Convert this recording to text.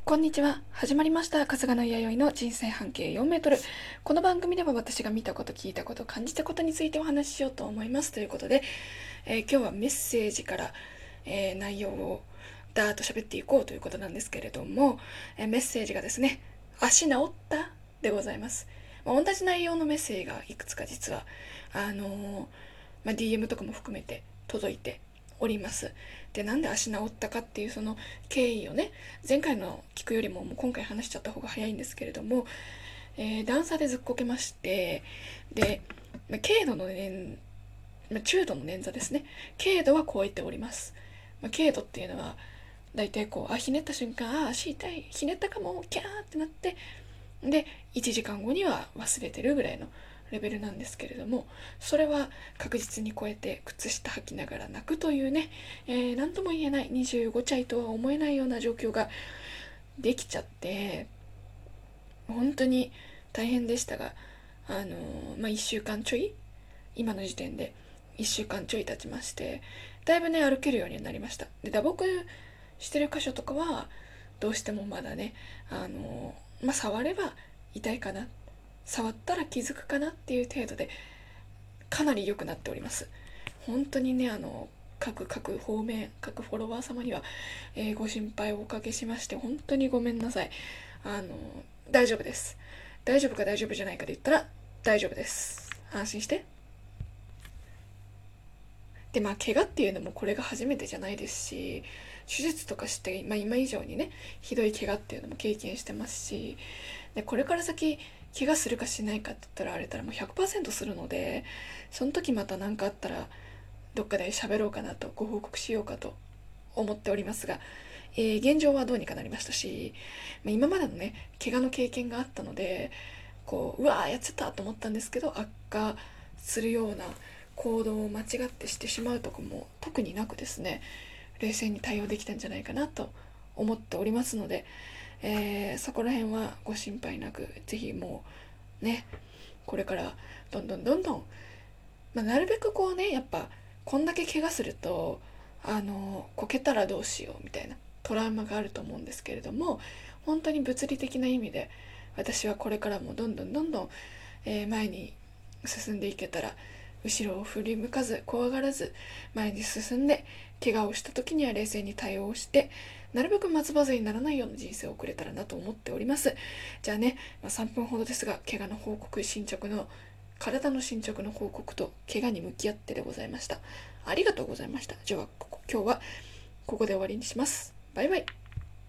こんにちは。始まりました。春日の弥生の人生半径4メートル。この番組では私が見たこと、聞いたこと、感じたことについてお話ししようと思います。ということで、今日はメッセージから、内容をダーッと喋っていこうということなんですけれども、メッセージがですね、足治ったでございます。同じ内容のメッセージがいくつか実は、DM とかも含めて届いております。で、なんで足治ったかっていうその経緯をね、前回の聞くよりももう今回話しちゃった方が早いんですけれども、段差でずっこけまして、で、軽度の中度の捻挫ですね。軽度は超えております。軽度っていうのは、大体こう、ひねった瞬間、足痛い、ひねったかも、キャーってなって、で、1時間後には忘れてるぐらいのレベルなんですけれども、それは確実に超えて靴下履きながら泣くというね、なんとも言えない25歳とは思えないような状況ができちゃって、本当に大変でしたが、1週間ちょい、今の時点で1週間ちょい経ちまして、だいぶね、歩けるようになりました。で、打撲してる箇所とかは、どうしてもまだね、触れば痛いかな、触ったら気づくかなっていう程度で、かなり良くなっております。本当にね、各方面、各フォロワー様には、ご心配をおかけしまして、本当にごめんなさい。大丈夫です。大丈夫か大丈夫じゃないかで言ったら、大丈夫です。安心して。で、怪我っていうのもこれが初めてじゃないですし、手術とかして、今以上にね、ひどい怪我っていうのも経験してますし、で、これから先、怪我するかしないかって言ったらあれたらもう100%するので、その時また何かあったら、どっかで喋ろうかなと、ご報告しようかと思っておりますが、現状はどうにかなりましたし、今までのね、怪我の経験があったので、うわーやっちゃったと思ったんですけど、悪化するような行動を間違ってしてしまうとかも特になくですね、冷静に対応できたんじゃないかなと思っておりますので、そこら辺はご心配なく、ぜひもうね、これからどんどんどんどん、なるべくやっぱこんだけ怪我すると、こけたらどうしようみたいなトラウマがあると思うんですけれども、本当に物理的な意味で私はこれからもどんどんどんどん、前に進んでいけたら、後ろを振り向かず怖がらず前に進んで、怪我をした時には冷静に対応して、なるべく松葉杖にならないような人生を送れたらなと思っております。じゃあね、3分ほどですが、怪我の報告、体の進捗の報告と怪我に向き合ってでございました。ありがとうございました。じゃあ今日はここで終わりにします。バイバイ。